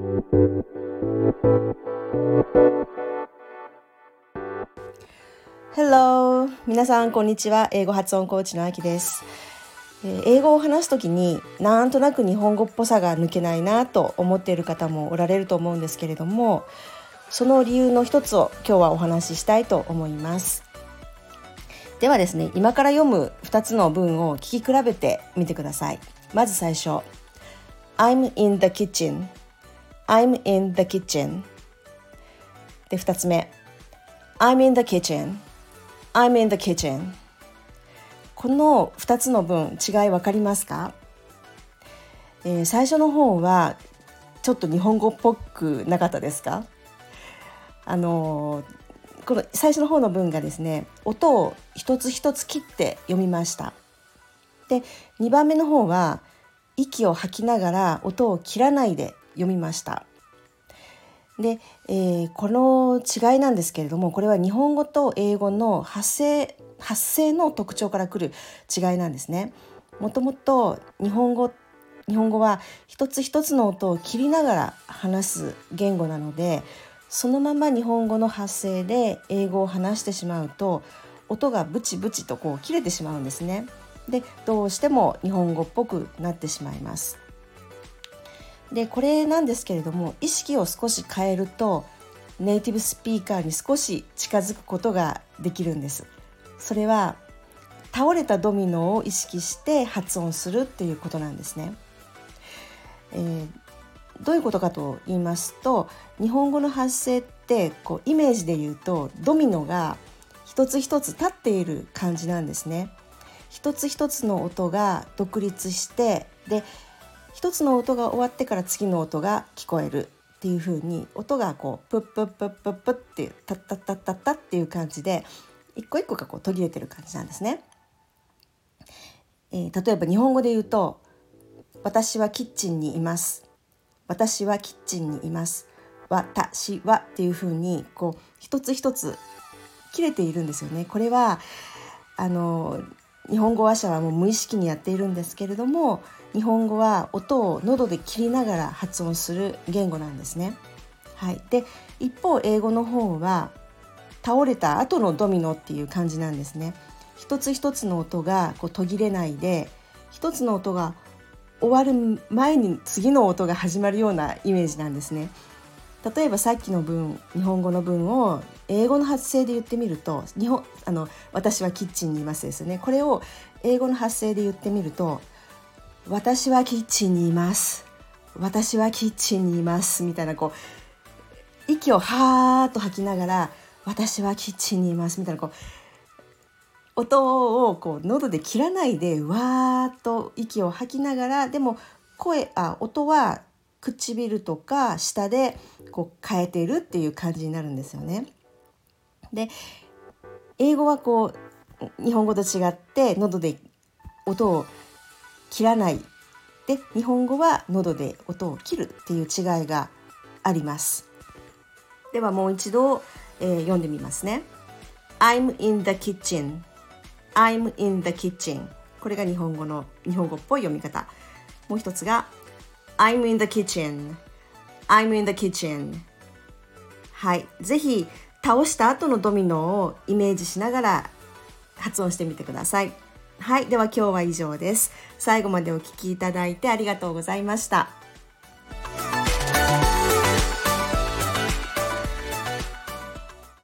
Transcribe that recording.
Hello! 皆さんこんにちは。英語発音コーチのあきです。英語を話すときになんとなく日本語っぽさが抜けないなと思っている方もおられると思うんですけれども、その理由の一つを今日はお話ししたいと思います。ではですね、今から読む2つの文を聞き比べてみてください。まず最初、I'm in the kitchen I'm in the kitchen で、2つ目、I'm in the kitchen I'm in the kitchen。 この2つの文、違い分かりますか？最初の方はちょっと日本語っぽくなかったですか？この最初の方の文がですね、音を一つ一つ切って読みました。で、2番目の方は息を吐きながら音を切らないで読みました。で、この違いなんですけれども、これは日本語と英語の発声の特徴から来る違いなんですね。もともと日本語は一つ一つの音を切りながら話す言語なので、そのまま日本語の発声で英語を話してしまうと、音がブチブチと切れてしまうんですね。で、どうしても日本語っぽくなってしまいます。で、これなんですけれども、意識を少し変えるとネイティブスピーカーに少し近づくことができるんです。それは倒れたドミノを意識して発音するっていうことなんですね。どういうことかと言いますと、日本語の発声ってイメージで言うとドミノが一つ一つ立っている感じなんですね。一つ一つの音が独立して、で一つの音が終わってから次の音が聞こえるっていう風に、音がプップップップップッっていうタッタッタッタッタっていう感じで一個一個が途切れてる感じなんですね。例えば日本語で言うと、私はキッチンにいます、私はキッチンにいます、私はっていう風に一つ一つ切れているんですよね。これは日本語話者はもう無意識にやっているんですけれども、日本語は音を喉で切りながら発音する言語なんですね。はい。で、一方英語の方は倒れた後のドミノっていう感じなんですね。一つ一つの音が途切れないで、一つの音が終わる前に次の音が始まるようなイメージなんですね。例えばさっきの文、日本語の文を英語の発声で言ってみると、私はキッチンにいますですよね。これを英語の発声で言ってみると、私はキッチンにいます、私はキッチンにいますみたいな、息をはーっと吐きながら私はキッチンにいますみたいな、音を喉で切らないでわーっと息を吐きながら、でも音は唇とか舌で変えているっていう感じになるんですよね。で、英語は日本語と違って喉で音を切らないで、日本語は喉で音を切るっていう違いがあります。ではもう一度、読んでみますね。 I'm in the kitchen I'm in the kitchen。 これが日本語っぽい読み方。もう一つがI'm in the kitchen I'm in the kitchen。 はい、ぜひ倒した後のドミノをイメージしながら発音してみてください。はい、では今日は以上です。最後までお聞きいただいてありがとうございました。